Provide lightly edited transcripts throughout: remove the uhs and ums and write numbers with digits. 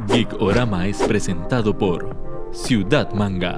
Geekorama es presentado por Ciudad Manga.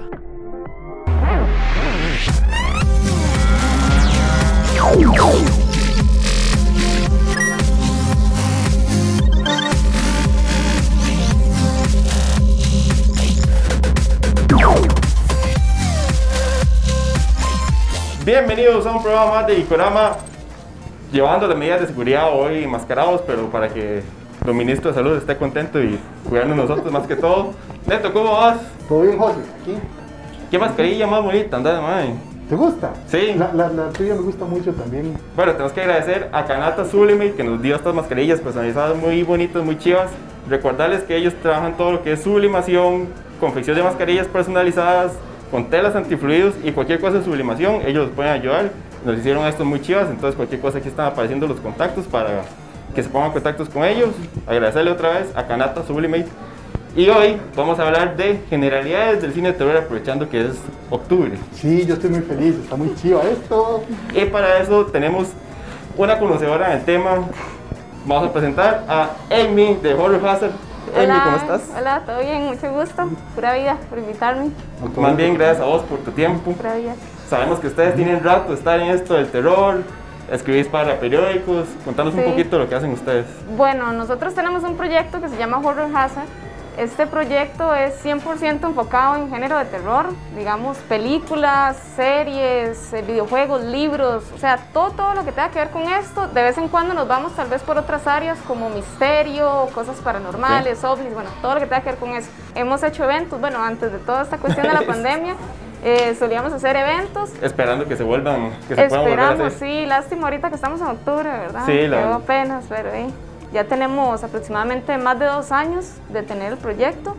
Bienvenidos a un programa más de Geekorama, llevando las medidas de seguridad hoy enmascarados, pero para que los ministros de salud estén contentos y cuidarnos nosotros más que todo. Neto, ¿cómo vas? Todo bien, José, aquí. ¿Qué mascarilla más bonita? Andá, mae. ¿Te gusta? Sí. La tuya me gusta mucho también. Bueno, tenemos que agradecer a Kanata Sublimate que nos dio estas mascarillas personalizadas muy bonitas, muy chivas. Recordarles que ellos trabajan todo lo que es sublimación, confección de mascarillas personalizadas, con telas antifluidos y cualquier cosa de sublimación, ellos nos pueden ayudar. Nos hicieron estos muy chivas, entonces cualquier cosa aquí están apareciendo los contactos para que se pongan en contactos con ellos. Agradecerle otra vez a Kanata Sublimate. Y hoy vamos a hablar de generalidades del cine de terror, aprovechando que es octubre. Sí, yo estoy muy feliz, está muy chiva esto. Y para eso tenemos una conocedora del tema. Vamos a presentar a Amy de Horror Hazard. Hola, Amy, ¿cómo estás? Hola, todo bien, mucho gusto. Pura vida por invitarme. Más bien, gracias a vos por tu tiempo. Pura vida. Sabemos que ustedes tienen rato de estar en esto del terror, escribís para periódicos. Contanos un poquito lo que hacen ustedes. Bueno, nosotros tenemos un proyecto que se llama Horror Hazard. Este proyecto es 100% enfocado en género de terror, digamos, películas, series, videojuegos, libros, o sea, todo lo que tenga que ver con esto. De vez en cuando nos vamos tal vez por otras áreas como misterio, cosas paranormales, ovnis, bueno, todo lo que tenga que ver con eso. Hemos hecho eventos, bueno, antes de toda esta cuestión de la pandemia, solíamos hacer eventos. Esperando que se vuelvan, que se puedan volver a hacer. Sí, lástima ahorita que estamos en octubre, ¿verdad? Sí, quedó apenas, pero ya tenemos aproximadamente más de 2 años de tener el proyecto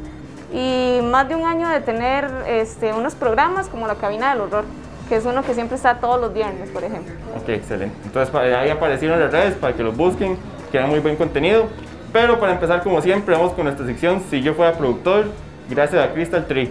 y más de 1 año de tener unos programas como La Cabina del Horror, que es uno que siempre está todos los viernes, por ejemplo. Ok, excelente. Entonces ahí aparecieron en las redes para que los busquen, que era muy buen contenido. Pero para empezar, como siempre, vamos con nuestra sección Si yo fuera productor, gracias a Crystal Tree.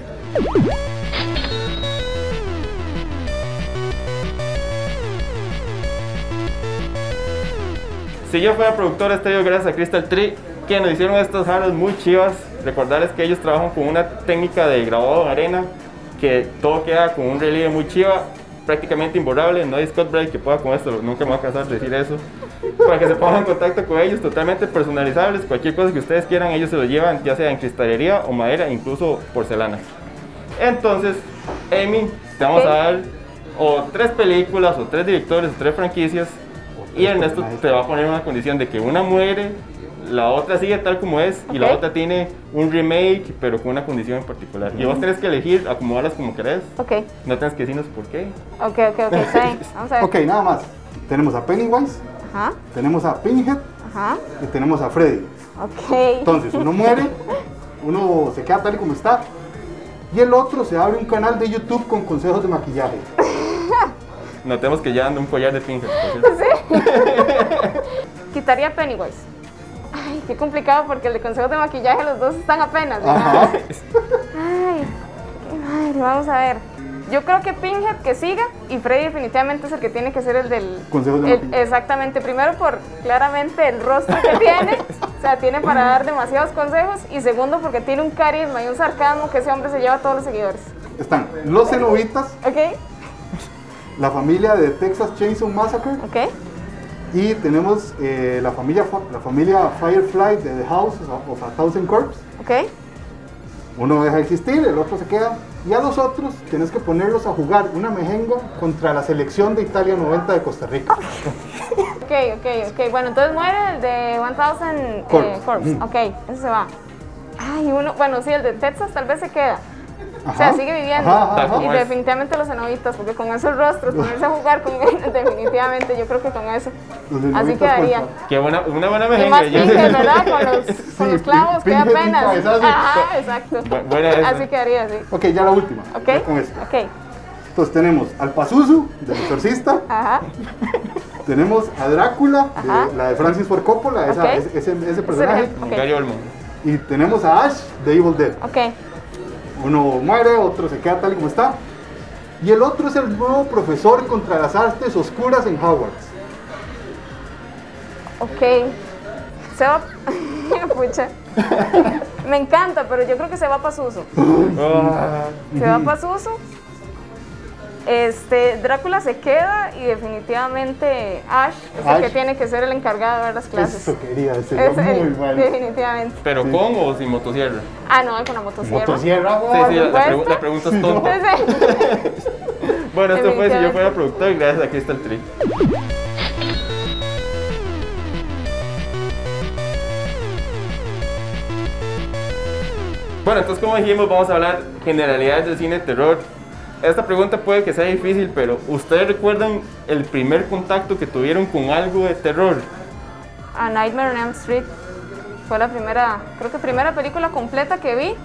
Si yo fuera productor, estoy gracias a Crystal Tree, que nos hicieron estas jarras muy chivas. Recordarles que ellos trabajan con una técnica de grabado en arena, que todo queda con un relieve muy chiva, prácticamente imborrable. No hay Scott Bright que pueda con esto, nunca me voy a cansar de decir eso. Para que se pongan en contacto con ellos, totalmente personalizables. Cualquier cosa que ustedes quieran, ellos se lo llevan, ya sea en cristalería o madera, incluso porcelana. Entonces, Amy, te vamos a dar o 3 películas, o 3 directores, o 3 franquicias. Y Ernesto te va a poner una condición de que una muere, la otra sigue tal como es, y la otra tiene un remake, pero con una condición en particular. Y vos tenés que elegir, acomodarlas como querés. Ok. No tenés que decirnos por qué. Ok, está bien. Vamos a ver. Ok, nada más. Tenemos a Pennywise, Ajá, tenemos a Pinhead ajá, y tenemos a Freddy. ok. Entonces, uno muere, uno se queda tal y como está, y el otro se abre un canal de YouTube con consejos de maquillaje. Notemos que ya anda un collar de Pinhead. por cierto. Quitaría Pennywise. Ay, qué complicado porque el de consejos de maquillaje los dos están apenas, ¿verdad? Ajá. Ay, qué madre, vamos a ver. Yo creo que Pinhead que siga y Freddy definitivamente es el que tiene que ser el del... Consejos de maquillaje. Exactamente, primero por claramente el rostro que tiene, o sea, tiene para dar demasiados consejos, y segundo porque tiene un carisma y un sarcasmo que ese hombre se lleva a todos los seguidores. Están los Cenobitas, ¿Ok? la familia de Texas Chainsaw Massacre, ¿Ok? y tenemos la familia Firefly de The House of a Thousand Corpses. ¿Ok? Uno Deja de existir, el otro se queda. Y a los otros tienes que ponerlos a jugar una mejenga contra la selección de Italia 90 de Costa Rica. Ok. Bueno, entonces muere el de 1000 Corpse. Ok, ese se va. Ay, bueno, sí, el de Texas tal vez se queda. Ajá. O sea, sigue viviendo. Ajá. Y definitivamente los cenobitas, porque con esos rostros, ponerse a jugar con él, definitivamente, yo creo que con eso. Así quedaría. Qué buena mejenga. Y más Pinhead, ¿verdad? Con los clavos, queda Pinhead apenas. sin cabezazo. Ajá, exacto. Buena esa. Así quedaría, sí. Ok, ya la última. Ok, ya con esto. ok. Entonces tenemos al Pazuzu, del Exorcista. Ajá. Tenemos a Drácula, Ajá. la de Francis Ford Coppola, Ok. ese personaje. Ok. Gary Oldman. Y tenemos a Ash de Evil Dead. Ok. Uno muere, otro se queda tal y como está. Y el otro es el nuevo profesor contra las artes oscuras en Hogwarts. Ok. Se va. Pucha. Me encanta, pero yo creo que se va para Suso. Se va para Suso. Drácula se queda y definitivamente Ash es el que tiene que ser el encargado de ver las clases. Eso quería, sería muy bueno. Definitivamente. ¿Pero con o sin motosierra? Ah, no, con la motosierra. Motosierra, Sí, la pregunta es tonta. Bueno, esto fue Si yo fuera productor, gracias a Crystal Tree. Bueno, entonces como dijimos, vamos a hablar generalidades del cine de terror. Esta pregunta puede que sea difícil, pero ¿ustedes recuerdan el primer contacto que tuvieron con algo de terror? A Nightmare on Elm Street. Fue la primera, creo que primera película completa que vi.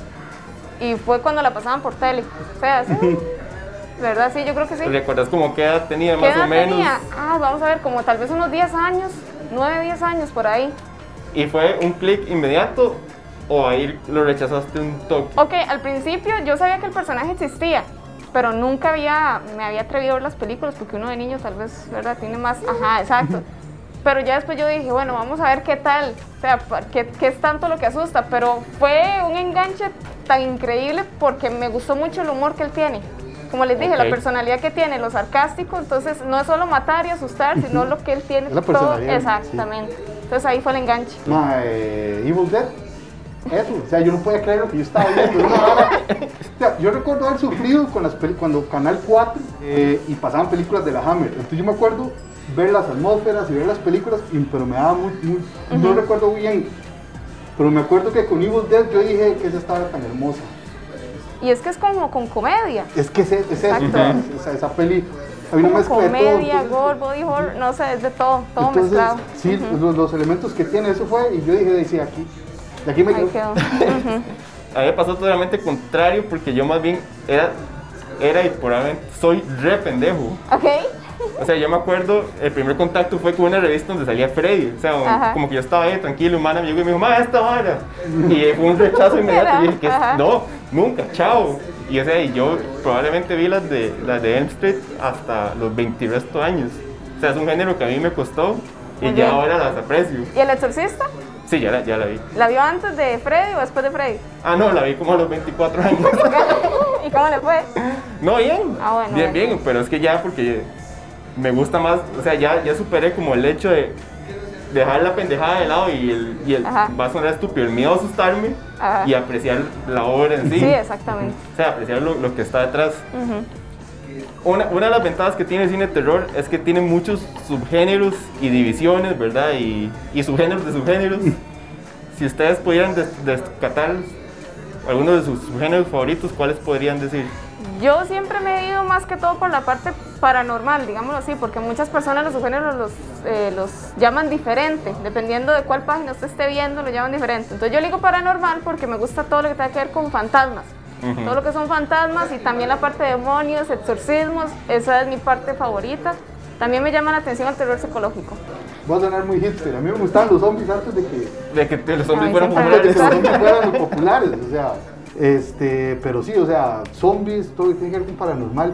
Y fue cuando la pasaban por tele. O sea, sí. ¿Verdad? Sí, yo creo que sí. ¿Recuerdas como qué edad tenía ¿Qué más edad o menos? tenía? Vamos a ver, como tal vez unos 10 años, 9, 10 años por ahí. ¿Y fue un clic inmediato o ahí lo rechazaste un toque? Ok, al principio yo sabía que el personaje existía, pero nunca me había atrevido a ver las películas porque uno de niño tal vez, ¿verdad? Tiene más, ajá, exacto. Pero ya después yo dije, bueno, vamos a ver qué tal, o sea, qué es tanto lo que asusta, pero fue un enganche tan increíble porque me gustó mucho el humor que él tiene. Como les dije, la personalidad que tiene, lo sarcástico, entonces no es solo matar y asustar, sino lo que él tiene. La personalidad. Exactamente. Sí. Entonces ahí fue el enganche. Evil Dead. Eso, o sea, yo no podía creer lo que yo estaba viendo. O sea, yo recuerdo haber sufrido con las cuando Canal 4 y pasaban películas de la Hammer. Entonces yo me acuerdo ver las atmósferas y ver las películas, pero me daba no recuerdo bien. Pero me acuerdo que con Evil Dead yo dije que esa estaba tan hermosa. Y es que es como con comedia. Es que es eso, esa peli. Hay una mezcla comedia, de todo. gore, body horror, no sé, es de todo entonces, mezclado. Sí, los elementos que tiene, eso fue, y yo dije, decía aquí. De aquí me quedo. A mí me pasó totalmente contrario porque yo más bien era y probablemente soy re pendejo. Ok. O sea, yo me acuerdo, el primer contacto fue con una revista donde salía Freddy. O sea, como que yo estaba ahí tranquilo, humana, me llegó y me dijo, ma, esta vara. Y fue un rechazo inmediato. Y dije, no, nunca, chao. Y o sea, y yo probablemente vi las de Elm Street hasta los 20 resto años. O sea, es un género que a mí me costó y ya ahora las aprecio. ¿Y El Exorcista? Sí, ya la vi. ¿La vio antes de Freddy o después de Freddy? Ah, no, la vi como a los 24 años. ¿Y cómo le fue? No, bien. Ah, bueno. Bien, pero es que ya porque me gusta más, o sea, ya superé como el hecho de dejar la pendejada de lado y el va a sonar estúpido, el miedo a asustarme y apreciar la obra en sí. Sí, exactamente. O sea, apreciar lo que está detrás. Una de las ventajas que tiene el cine de terror es que tiene muchos subgéneros y divisiones, ¿verdad? Y subgéneros de subgéneros. Si ustedes pudieran descartar algunos de sus subgéneros favoritos, ¿cuáles podrían decir? Yo siempre me he ido más que todo por la parte paranormal, digámoslo así, porque muchas personas los subgéneros los llaman diferente, dependiendo de cuál página usted esté viendo, lo llaman diferente. Entonces yo le digo paranormal porque me gusta todo lo que tenga que ver con fantasmas. Todo lo que son fantasmas y también la parte de demonios, exorcismos, esa es mi parte favorita. También me llama la atención el terror psicológico. Voy a sonar muy hipster, a mí me gustaban los zombies antes de que los zombies fueran antes de que populares. los zombies fueran populares, o sea, pero sí, o sea, zombies, todo lo que tiene que ver con paranormal.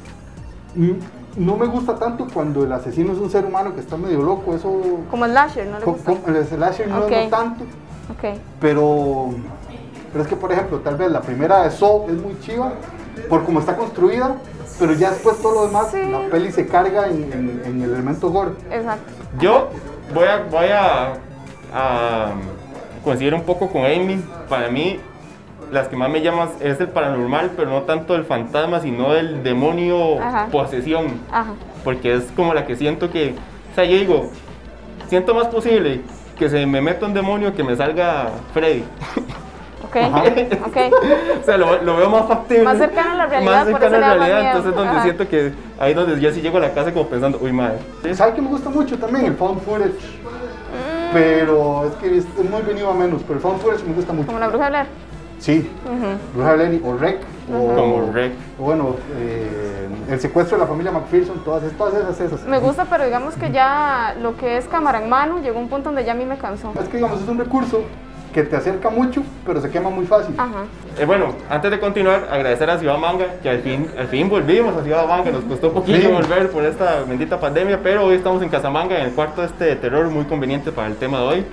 No me gusta tanto cuando el asesino es un ser humano que está medio loco, eso... Como el slasher, ¿no le gusta? El slasher no tanto, pero es que, por ejemplo, tal vez la primera de Saw es muy chiva por cómo está construida, pero ya después todo lo demás, la peli se carga en el elemento gore. Exacto. Yo voy a coincidir un poco con Amy. Para mí, las que más me llaman es el paranormal, pero no tanto el fantasma, sino el demonio posesión. Porque es como la que siento que, o sea, yo digo, siento más posible que se me meta un demonio que me salga Freddy. Ok. O sea, lo veo más factible. Más cercano a la realidad. Más cercano a la realidad, entonces donde siento que ahí donde yo sí llego a la casa como pensando, uy, madre. ¿Sabes qué me gusta mucho también? El found footage. Pero es que es muy venido a menos, pero el found footage me gusta mucho. ¿Como La Bruja de Blair? Sí, Bruja de Blair o REC. Como REC. O bueno, el secuestro de la familia McPherson, todas esas. Me gusta, pero digamos que ya lo que es cámara en mano llegó a un punto donde ya a mí me cansó. Es que digamos, es un recurso que te acerca mucho, pero se quema muy fácil. Bueno, antes de continuar, agradecer a Ciudad Manga, que al fin volvimos a Ciudad Manga, nos costó un poquillo volver por esta bendita pandemia, pero hoy estamos en Casamanga, en el cuarto de terror, muy conveniente para el tema de hoy.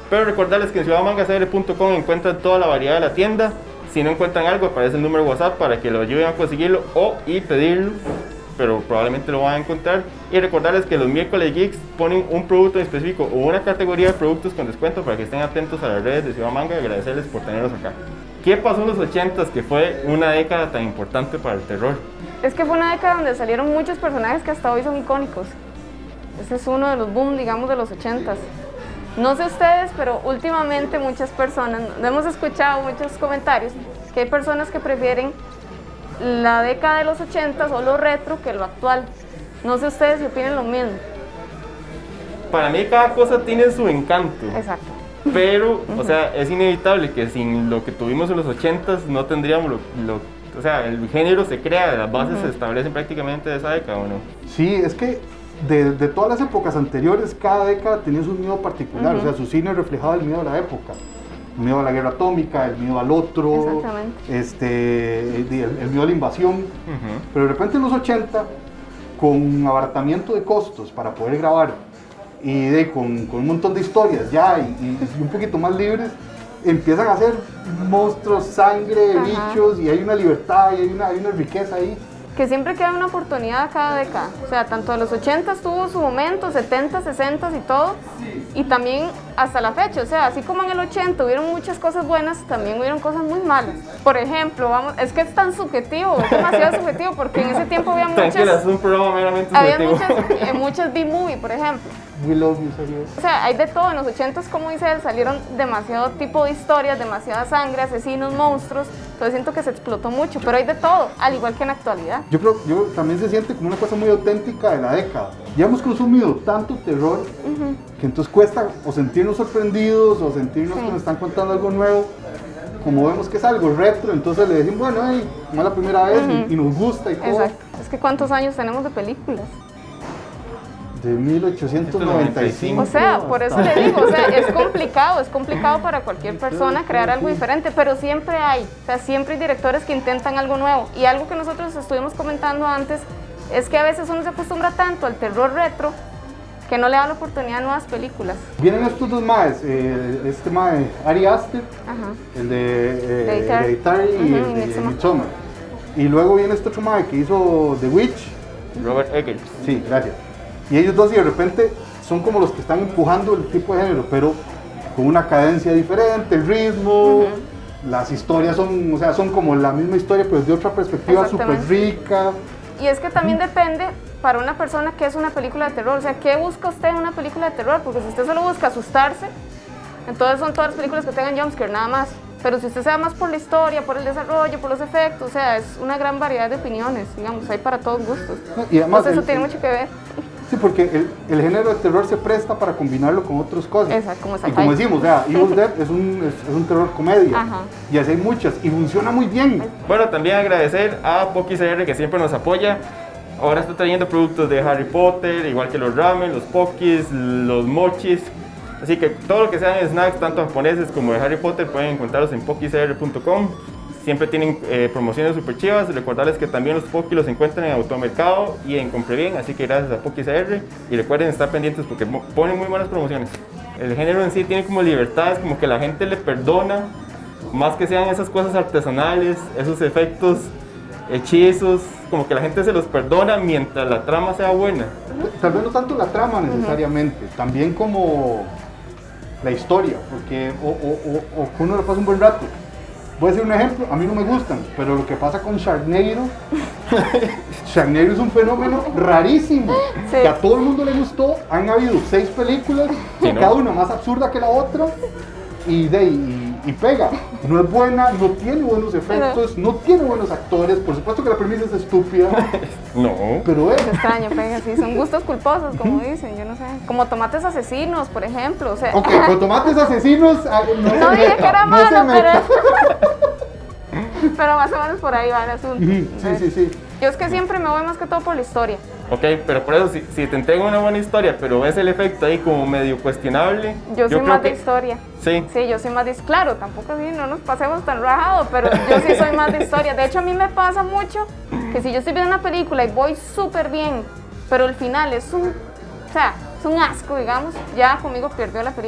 Pero recordarles que en ciudadmangacr.com encuentran toda la variedad de la tienda. Si no encuentran algo, aparece el número de WhatsApp para que lo ayuden a conseguirlo y pedirlo, pero probablemente lo van a encontrar. Y recordarles que los miércoles Geeks ponen un producto en específico o una categoría de productos con descuento para que estén atentos a las redes de Ciudad Manga y agradecerles por tenerlos acá. ¿Qué pasó en los 80s que fue una década tan importante para el terror? Es que fue una década donde salieron muchos personajes que hasta hoy son icónicos. Ese es uno de los boom, digamos, de los 80s. No sé ustedes, pero últimamente muchas personas, hemos escuchado muchos comentarios, que hay personas que prefieren la década de los 80s o lo retro que lo actual. No sé ustedes si opinan lo mismo. Para mí cada cosa tiene su encanto. Exacto. Pero, o sea, es inevitable que sin lo que tuvimos en los 80s no tendríamos o sea, el género se crea, las bases se establecen prácticamente de esa década, ¿o no? Sí, es que de todas las épocas anteriores, cada década tenía su miedo particular, o sea, su cine reflejaba el miedo de la época. El miedo a la guerra atómica, el miedo al otro, el miedo a la invasión. Pero de repente en los 80, con abaratamiento de costos para poder grabar y con un montón de historias ya y un poquito más libres, empiezan a hacer monstruos, sangre, bichos, y hay una libertad y hay una riqueza ahí. Que siempre queda una oportunidad a cada década. O sea, tanto de los 80s tuvo su momento, 70s, 60s y todo, y también hasta la fecha. O sea, así como en el 80 hubieron muchas cosas buenas, también hubieron cosas muy malas. Por ejemplo, es que es tan subjetivo, es demasiado subjetivo, porque en ese tiempo había muchas... Tranquila, es un programa meramente subjetivo. Había muchas B-movie, por ejemplo. We love you, series. O sea, hay de todo. En los 80s, como dice él, salieron demasiado tipo de historias, demasiada sangre, asesinos, monstruos. Entonces siento que se explotó mucho, pero hay de todo, al igual que en la actualidad. Yo creo que también se siente como una cosa muy auténtica de la década. Ya hemos consumido tanto terror que entonces cuesta o sentirnos sorprendidos o sentirnos que nos están contando algo nuevo. Como vemos que es algo retro, entonces le decimos, bueno, como es la primera vez y nos gusta y todo. Exacto. Es que ¿cuántos años tenemos de películas? De 1895. O sea, por eso le digo, o sea, es complicado para cualquier persona crear algo diferente, pero siempre hay, o sea, siempre hay directores que intentan algo nuevo. Y algo que nosotros estuvimos comentando antes es que a veces uno se acostumbra tanto al terror retro que no le da la oportunidad a nuevas películas. Vienen estos dos maes, este mae Ari Aster, el de Hereditary y el de Midsommar. Y luego viene este otro mae que hizo The Witch. Robert Eggers. Sí, gracias. Y ellos dos y de repente son como los que están empujando el tipo de género, pero con una cadencia diferente, el ritmo, las historias son como la misma historia, pero de otra perspectiva súper rica. Y es que también depende para una persona qué es una película de terror, o sea, ¿qué busca usted en una película de terror? Porque si usted solo busca asustarse, entonces son todas las películas que tengan jumpscare, nada más. Pero si usted se va más por la historia, por el desarrollo, por los efectos, o sea, es una gran variedad de opiniones, digamos, hay para todos gustos. Y además, entonces eso tiene mucho que ver. Sí, porque el género de terror se presta para combinarlo con otras cosas. Exacto, como y como decimos, o sea, Evil Dead es un terror comedia. Y así hay muchas, y funciona muy bien. Bueno, también agradecer a Pocky CR que siempre nos apoya. Ahora está trayendo productos de Harry Potter, igual que los ramen, los pokis, los mochis. Así que todo lo que sean snacks, tanto japoneses como de Harry Potter, pueden encontrarlos en pokicr.com. Siempre tienen promociones super chivas. Recordarles que también los Poki los encuentran en Automercado y en Compre Bien, así que gracias a Poki CR. Y recuerden estar pendientes porque ponen muy buenas promociones. El género en sí tiene como libertades, como que la gente le perdona, más que sean esas cosas artesanales, esos efectos, hechizos, como que la gente se los perdona mientras la trama sea buena. Tal vez no tanto la trama necesariamente, también como la historia, porque o que uno le pasa un buen rato. Voy a decir un ejemplo, a mí no me gustan, pero lo que pasa con Sharknado, Sharknado es un fenómeno rarísimo, que a todo el mundo le gustó, han habido 6 películas, cada una más absurda que la otra, y pega. No es buena, no tiene buenos efectos, no tiene buenos actores, por supuesto que la premisa es estúpida. No. Pero es extraño, pega, sí, son gustos culposos, como dicen, yo no sé. Como Tomates Asesinos, por ejemplo, o sea. Ok, con Tomates Asesinos, no dije que era malo, pero más o menos por ahí va el asunto. Sí. Yo es que siempre me voy más que todo por la historia. Ok, pero por eso, si te entrego una buena historia, pero ves el efecto ahí como medio cuestionable... Yo soy más de historia. Sí. Sí, yo soy más de... Claro, tampoco así, no nos pasemos tan rajado, pero yo sí soy más de historia. De hecho, a mí me pasa mucho que si yo estoy viendo una película y voy súper bien, pero el final es un... O sea, es un asco, digamos, ya conmigo perdió la película.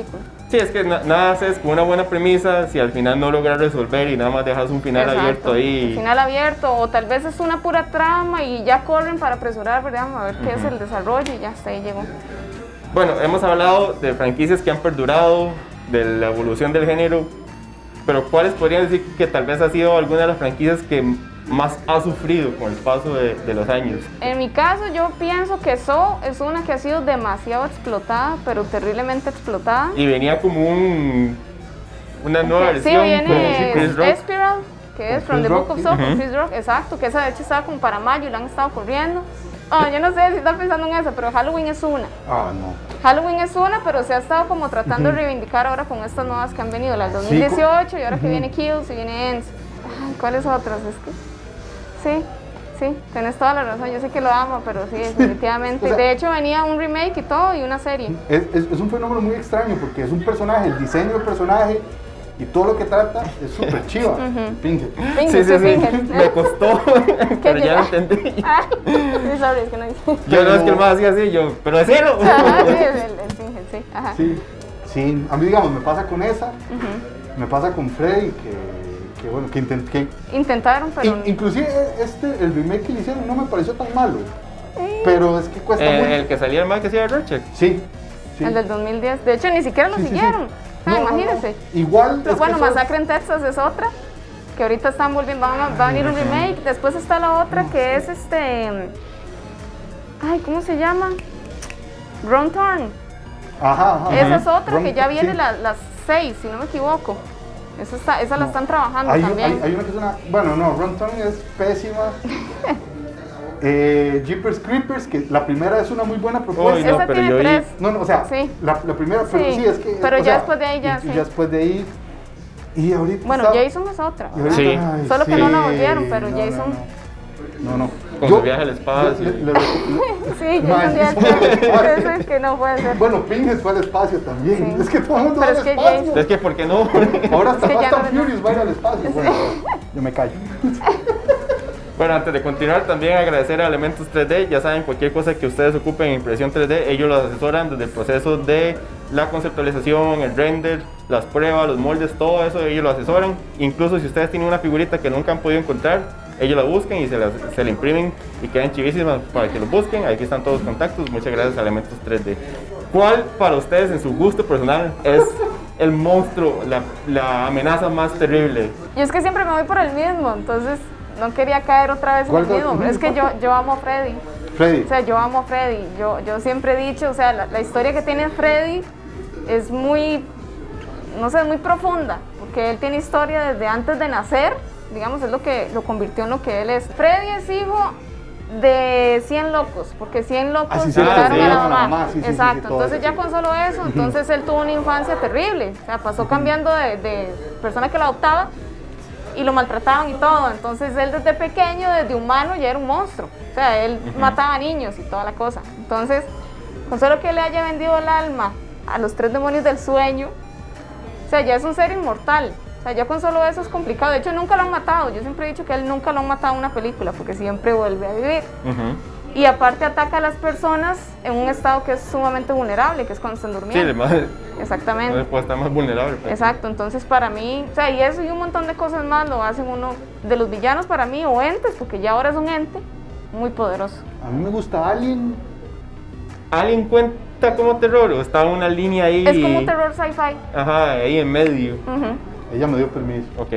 Sí, es que nada haces con una buena premisa si al final no logras resolver y nada más dejas un final Exacto, abierto ahí. un final abierto, o tal vez es una pura trama y ya corren para apresurar, ¿verdad? A ver qué es el desarrollo y ya hasta ahí llegó. Bueno, hemos hablado de franquicias que han perdurado, de la evolución del género, pero ¿cuáles podrían decir que tal vez ha sido alguna de las franquicias que más ha sufrido con el paso de los años? En mi caso, yo pienso que Saw es una que ha sido demasiado explotada, pero terriblemente explotada. Y venía como una nueva Sí, versión viene con Chris Rock. Espiral, que es Con From the Chris Book of Rock, Saw, sí. con Chris Rock, exacto, que esa de hecho estaba como para mayo y la han estado corriendo. Yo no sé si están pensando en eso, pero Halloween es una. Ah, no. Halloween es una, pero se ha estado como tratando de reivindicar ahora con estas nuevas que han venido, la del 2018 y ahora que viene Kills y viene Ends. Ay, ¿cuáles otras? Es que sí, tenés toda la razón, yo sé que lo amo, pero sí, definitivamente. O sea, de hecho venía un remake y todo y una serie. Es un fenómeno muy extraño porque es un personaje, el diseño del personaje y todo lo que trata es súper chiva. Pinche. Sí, Finger. me costó, pero ya lo entendí. Sí, sorry, es que no dice. Yo no es que el más hacía así, yo, pero decilo. Ajá, sí, el Finger, sí. Ajá. Sí, a mí digamos, me pasa con esa, me pasa con Freddy, que bueno, que Intentaron, pero inclusive el remake que le hicieron no me pareció tan malo, pero es que cuesta mucho. El que salía el mal que hacía Rorschach. Sí. el del 2010. De hecho, ni siquiera lo siguieron. No, imagínense. Igual. Pero es bueno, que eso- Masacre en Texas es otra, que ahorita están volviendo, va a venir un remake. Después está la otra que es ay, ¿cómo se llama? Wrong Turn. Ajá. Esa es otra Wrong que ya Turn, viene sí. las 6, si no me equivoco. Esa la están trabajando Hay también. una que es una. Bueno, no, Wrong Turn es pésima. Jeepers Creepers, que la primera es una muy buena propuesta. Uy, no, Esa pero tiene yo 3. No, o sea, Sí. la primera, pero Sí, sí, es que. pero o ya sea, después de ahí ya, y sí. ya después de ahí. Y ahorita. Bueno, está- Jason es otra. y ahorita- Sí. ay, Solo que no la volvieron, pero Jason. No. Con su viaje al espacio. Sí, Ma, Jason ya Jason fue al espacio. Eso es que no puede ser. Bueno, Pinhead fue al espacio también. Sí. Es que todo el mundo va Pero al es que espacio. Es que, ¿por qué no? Ahora hasta Es que ya Fast and no- Furious va a ir al espacio. Bueno, yo me callo. Bueno, antes de continuar, también agradecer a Elementos 3D. Ya saben, cualquier cosa que ustedes ocupen en impresión 3D, ellos los asesoran desde el proceso de la conceptualización, el render, las pruebas, los moldes, todo eso, ellos lo asesoran. Incluso si ustedes tienen una figurita que nunca han podido encontrar, ellos la buscan y se la imprimen y quedan chivísimas para que lo busquen. Aquí están todos los contactos. Muchas gracias a Elementos 3D. ¿Cuál para ustedes, en su gusto personal, es el monstruo, la amenaza más terrible? Yo es que siempre me voy por el mismo, entonces no quería caer otra vez en el ¿Cuál? mismo. Es que yo amo a Freddy. Freddy. O sea, yo amo a Freddy. Yo siempre he dicho, o sea, la historia que tiene Freddy es muy, no sé, muy profunda, porque él tiene historia desde antes de nacer, digamos, es lo que lo convirtió en lo que él es. Freddy es hijo de 100 locos, porque 100 locos Ah, sí, sí, violaron sí, a la la mamá. mamá, sí, sí, Exacto, sí, todo entonces eso, ya sí. con solo eso, entonces él tuvo una infancia terrible, o sea, pasó cambiando de persona que lo adoptaba y lo maltrataban y todo, entonces él desde pequeño, desde humano, ya era un monstruo, o sea, él mataba niños y toda la cosa, entonces, con solo que le haya vendido el alma a los 3 demonios del sueño, o sea, ya es un ser inmortal, o sea, ya con solo eso es complicado, de hecho nunca lo han matado, yo siempre he dicho que él nunca lo han matado en una película, porque siempre vuelve a vivir. Y aparte ataca a las personas en un estado que es sumamente vulnerable, que es cuando están Sí, durmiendo. el más, no Exactamente. se puede estar más vulnerable. Pues. Exacto, entonces para mí, o sea, y eso y un montón de cosas más lo hacen uno de los villanos para mí, o entes, porque ya ahora es un ente muy poderoso. A mí me gusta Alien. ¿Alguien cuenta como terror o está una línea ahí? Es como terror sci-fi. Ajá, ahí en medio. Ujú. Ella me dio permiso. Ok.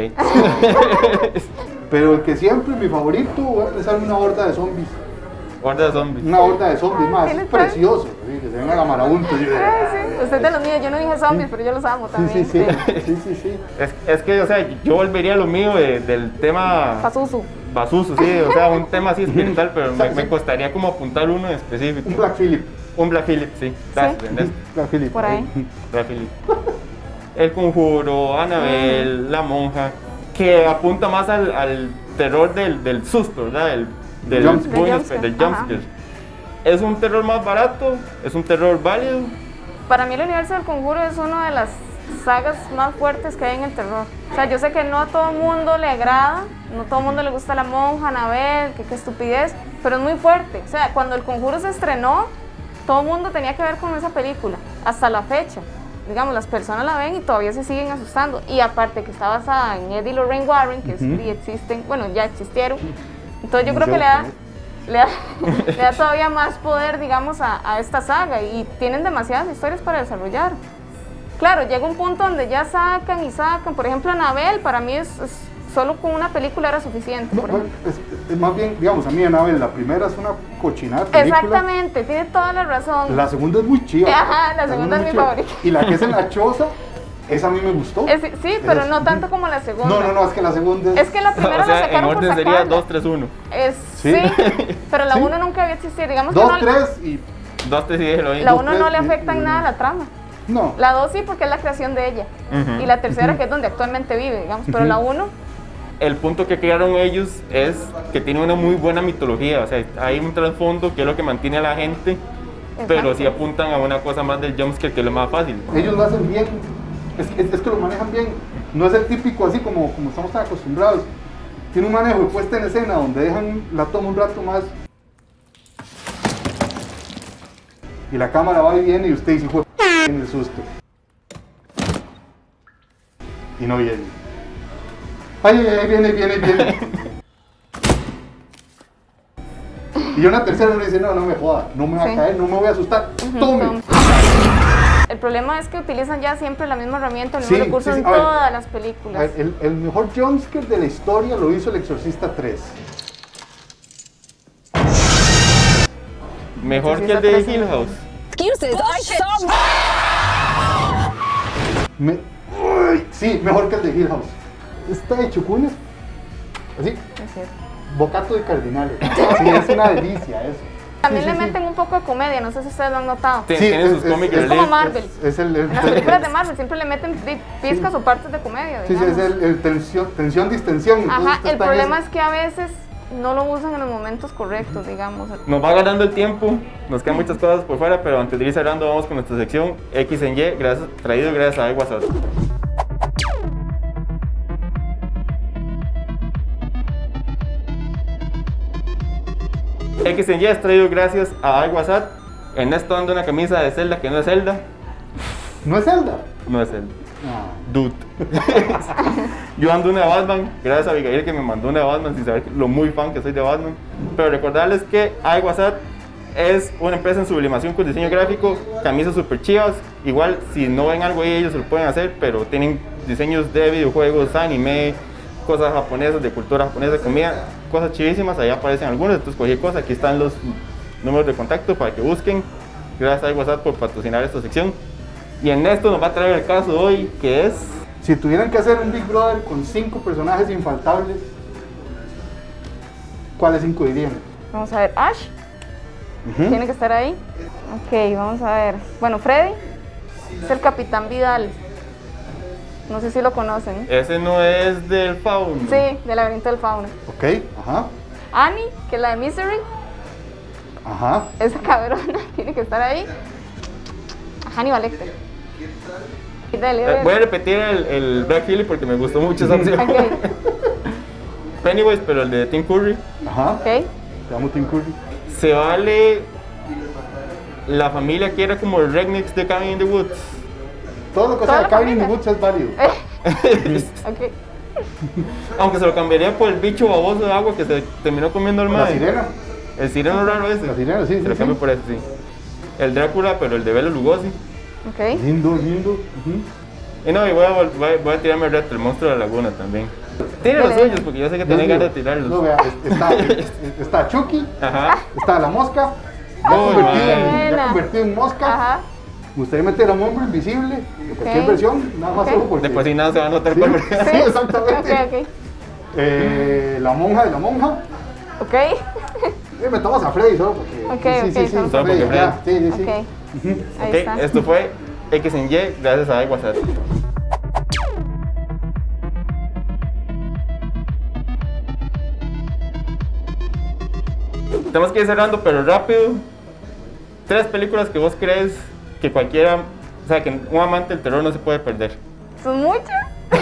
Pero el que siempre, mi favorito, es una horda de zombies. Horda de zombies. Una horda de zombies Ah, más. ¿tiene Es tal? precioso. ¿Sí? Que se ven a la marabunta. Ay, sí. Usted es de los míos, yo no dije zombies, pero yo los amo Sí, también. sí, sí. Es que, o sea, yo volvería a lo mío del tema Pazuzu. basuso, sí, o sea, un tema así espiritual, pero Sí, me sí. costaría como apuntar uno en específico. Un Black Phillip. Un Black Phillip, sí. Gracias, Ernesto. Black Phillip. Por ahí. Black Phillip. El Conjuro, Annabelle, La Monja, que apunta más al terror del susto, ¿verdad? Del Jumpscare. puño, Del jumpscare, del ajá. jumpscare. ¿Es un terror más barato? ¿Es un terror válido? Para mí el universo del Conjuro es una de las sagas más fuertes que hay en el terror. O sea, yo sé que no a todo el mundo le agrada, no a todo el mundo le gusta La Monja, Annabelle, que qué estupidez, pero es muy fuerte. O sea, cuando el Conjuro se estrenó, todo el mundo tenía que ver con esa película, hasta la fecha. digamos, las personas la ven y todavía se siguen asustando. Y aparte que está basada en Ed y Lorraine Warren, que existen, bueno, ya existieron. Entonces yo creo que le da todavía más poder, digamos, a esta saga, y tienen demasiadas historias para desarrollar. Claro, llega un punto donde ya sacan y sacan. Por ejemplo, Annabelle, para mí es solo con una película era suficiente. No, es más bien, digamos, a mí Annabelle, la primera es una cochinada película. Exactamente, tiene toda la razón. La segunda es muy chiva. Ajá, la segunda es mi favorita. Y la que es en la choza, esa a mí me gustó. Sí, pero no tanto como la segunda. No, es que la segunda es que la primera o sea, la sacaron en orden por sería sacarla. 2, 3, 1. Sí, pero la 1 nunca había existido. Digamos 2, que no, 3 y... 2, 3 y déjelo ahí. la 1 no le afecta en nada a la trama. No. La 2 sí, porque es la creación de ella. Y la tercera, que es donde actualmente vive, digamos. Pero la 1... El punto que crearon ellos es que tiene una muy buena mitología. O sea, hay un trasfondo que es lo que mantiene a la gente, pero sí apuntan a una cosa más del jumpscare, que es lo más fácil. Ellos lo hacen bien. Es que lo manejan bien. No es el típico así como estamos tan acostumbrados. Tiene un manejo de puesta en escena donde dejan la toma un rato más. Y la cámara va y viene y usted dice, hijo de tiene el susto. Y no viene. Ay, viene. Y una tercera le dice, no me joda, no me va a caer, no me voy a asustar. Tome. El problema es que utilizan ya siempre la misma herramienta, el mismo recurso en todas las películas. El mejor jumpscare de la historia lo hizo El Exorcista 3. Mejor que el de Hill House. Sí, mejor que el de Hill House. Está hecho con unas... así, bocato de cardinales. Sí, es una delicia eso. También le meten un poco de comedia, no sé si ustedes lo han notado. Tiene sus cómics. Es como Marvel. En las películas de Marvel siempre le meten pizcas o partes de comedia, digamos. Sí, es el tensión, distensión. Ajá, el problema es que a veces no lo usan en los momentos correctos, digamos. Nos va ganando el tiempo, nos quedan muchas cosas por fuera, pero antes de ir cerrando vamos con nuestra sección X en Y, traído gracias a iWhatsApp. X en Y es traído gracias a iWhatsApp. Ernesto anda una camisa de Zelda que no es Zelda. ¿No es Zelda? No es Zelda. Dude. Yo ando una de Batman, gracias a Abigail que me mandó una de Batman sin saber lo muy fan que soy de Batman. Pero recordarles que iWhatsApp es una empresa en sublimación con diseño gráfico, camisas super chivas. Igual si no ven algo ahí ellos lo pueden hacer, pero tienen diseños de videojuegos, anime, cosas japonesas, de cultura japonesa, comida, cosas chivísimas. Ahí aparecen algunos, entonces cualquier cosa, aquí están los números de contacto para que busquen. Gracias a iWhatsApp por patrocinar esta sección. Y Ernesto nos va a traer el caso de hoy, que es... Si tuvieran que hacer un Big Brother con 5 personajes infaltables, ¿cuáles 5 dirían? Vamos a ver, Ash, tiene que estar ahí. Ok, vamos a ver. Bueno, Freddy es el Capitán Vidal. No sé si lo conocen. Ese no es del Fauno. Sí, del Laberinto del Fauno. Ok, ajá. Annie, que es la de Misery. Ajá. Esa cabrona tiene que estar ahí. Hannibal Lecter. Voy a repetir el Black Phillip porque me gustó mucho esa opción. Okay. Pennywise, pero el de Tim Curry. Ajá. Ok. Te amo Tim Curry. Se vale la familia que era como el Rednecks de Cabin in the Woods. Todo lo que sea Cabin in the Woods es válido. Ok. Aunque se lo cambiaría por el bicho baboso de agua que se terminó comiendo al La mae. sirena. El sireno raro ese. La sirena, sí. Se lo cambio por ese, sí. El Drácula, pero el de Bela Lugosi. Ok. Lindo. Y no, y voy a tirarme el reto, el monstruo de la laguna también. Tire los suyos, porque yo sé que tenés ganas de tirarlos. No, vea, está Chucky, Ajá. está la mosca, ya convertido en mosca. Ajá. Me gustaría meter a un hombre invisible, de cualquier versión, nada más solo porque... Después si nada se va a notar Sí, por sí, exactamente. Ok. La monja de la monja. Ok. Metamos a Freddy solo porque... Ok, sí, estamos solo porque ya, sí. Ok. Ahí Ok, está. esto fue X en Y, gracias a iWhatsApp. Tenemos que ir cerrando, pero rápido. 3 películas que vos crees que cualquiera, o sea, que un amante del terror no se puede perder. ¿Son muchas?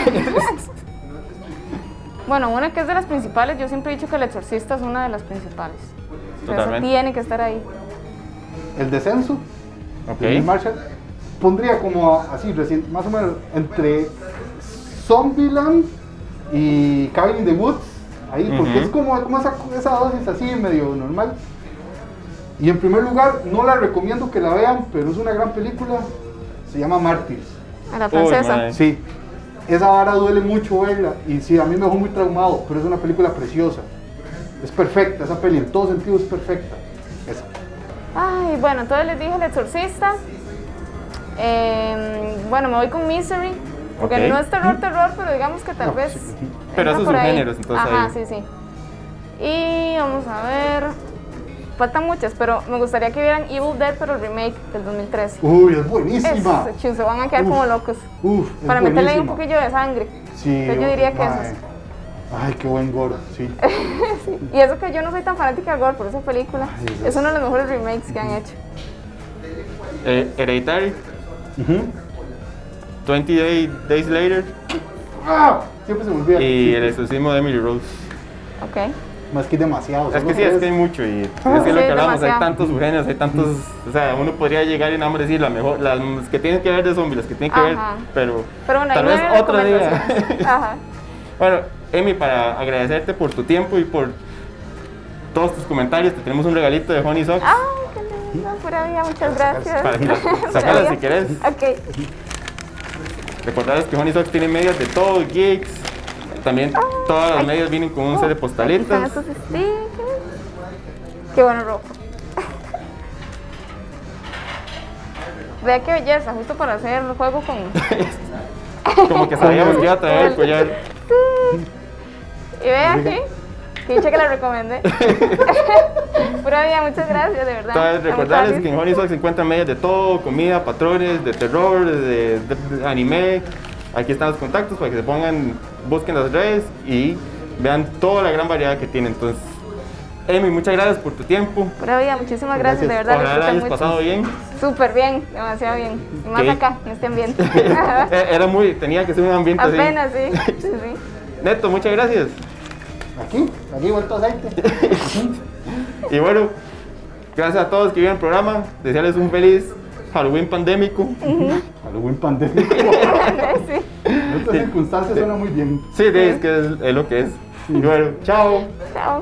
Bueno, una que es de las principales, yo siempre he dicho que El Exorcista es una de las principales. Pero eso Totalmente. tiene que estar ahí. El descenso, Ok. de Neil Marshall. pondría como así, más o menos entre Zombieland y Cabin in the Woods, ahí, porque es como esa dosis así medio normal. Y en primer lugar, no la recomiendo que la vean, pero es una gran película, se llama Mártires. A la francesa. Uy, Sí, esa vara duele mucho verla, y sí, a mí me dejó muy traumado, pero es una película preciosa. Es perfecta, esa peli, en todo sentido es perfecta. Esa. Ay, bueno, entonces les dije El Exorcista. Bueno, me voy con Misery, porque Ok. no es terror, pero digamos que tal No, vez. sí. Pero entra esos por ahí. subgéneros, entonces Ajá, ahí. sí, sí. Y vamos a ver. Faltan muchas, pero me gustaría que vieran Evil Dead, pero el remake del 2013. Uy, es buenísima. Se van a quedar como locos. Uf, es Para meterle ahí un buenísima. poquillo de sangre. Sí, Entonces yo diría que mae. esos. Ay, qué buen gore, sí. Y eso que yo no soy tan fanática de gore, por esa película Ay, Dios. es uno de los mejores remakes que han hecho. Hereditary, Ujú. 20 Days Later ¡Ah! Siempre se me olvida. y El exorcismo de Emily Rose. Ok. Más que demasiado. Es que sí, es que hay mucho y es que Sí, lo que es hablamos, hay demasiado. tantos subgéneros, hay tantos, o sea, uno podría llegar y nada más decir la mejor, las que tienen que ver de zombies, las que tienen que ver, Ajá. pero Pero bueno, tal ahí vez no hay otro día. recomendaciones. Ajá. Bueno, Emi, para agradecerte por tu tiempo y por todos tus comentarios, te tenemos un regalito de Honey Socks Ay, qué lindo, pura vida, muchas gracias. para Pura sacarla vida. si querés. Ok. Recordarles que Honey Socks tiene medias de todo, geeks, también todas las medias vienen con un set de Aquí están postalitas. estos stickers. Qué buena ropa. Vea qué belleza, justo para hacer el juego con. Como que sabíamos que iba a traer el collar. Y vea aquí, que dicha que la recomendé. Pura vida, muchas gracias, de verdad. Entonces, Está muy recordarles fácil. que en Honey Socks se encuentran medias de todo, comida, patrones, de terror, de anime. Aquí están los contactos para que se pongan, busquen las redes y vean toda la gran variedad que tienen. Entonces, Emi, muchas gracias por tu tiempo. Pura vida, muchísimas gracias, de verdad. Ojalá la disfruté hayas mucho. pasado bien. Súper bien, demasiado bien. Y más Ok. acá, en este ambiente. Tenía que ser un ambiente así. Apenas, sí. Sí, sí. Neto, muchas gracias. Aquí vuelto aceite. Y bueno, gracias a todos que vieron el programa. Desearles un feliz Halloween pandémico. Halloween pandémico. Sí. En otras circunstancias suena muy bien. Sí, es que es lo que es. Y bueno, chao. Chao.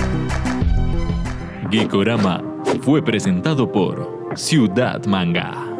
Geekorama fue presentado por Ciudad Manga.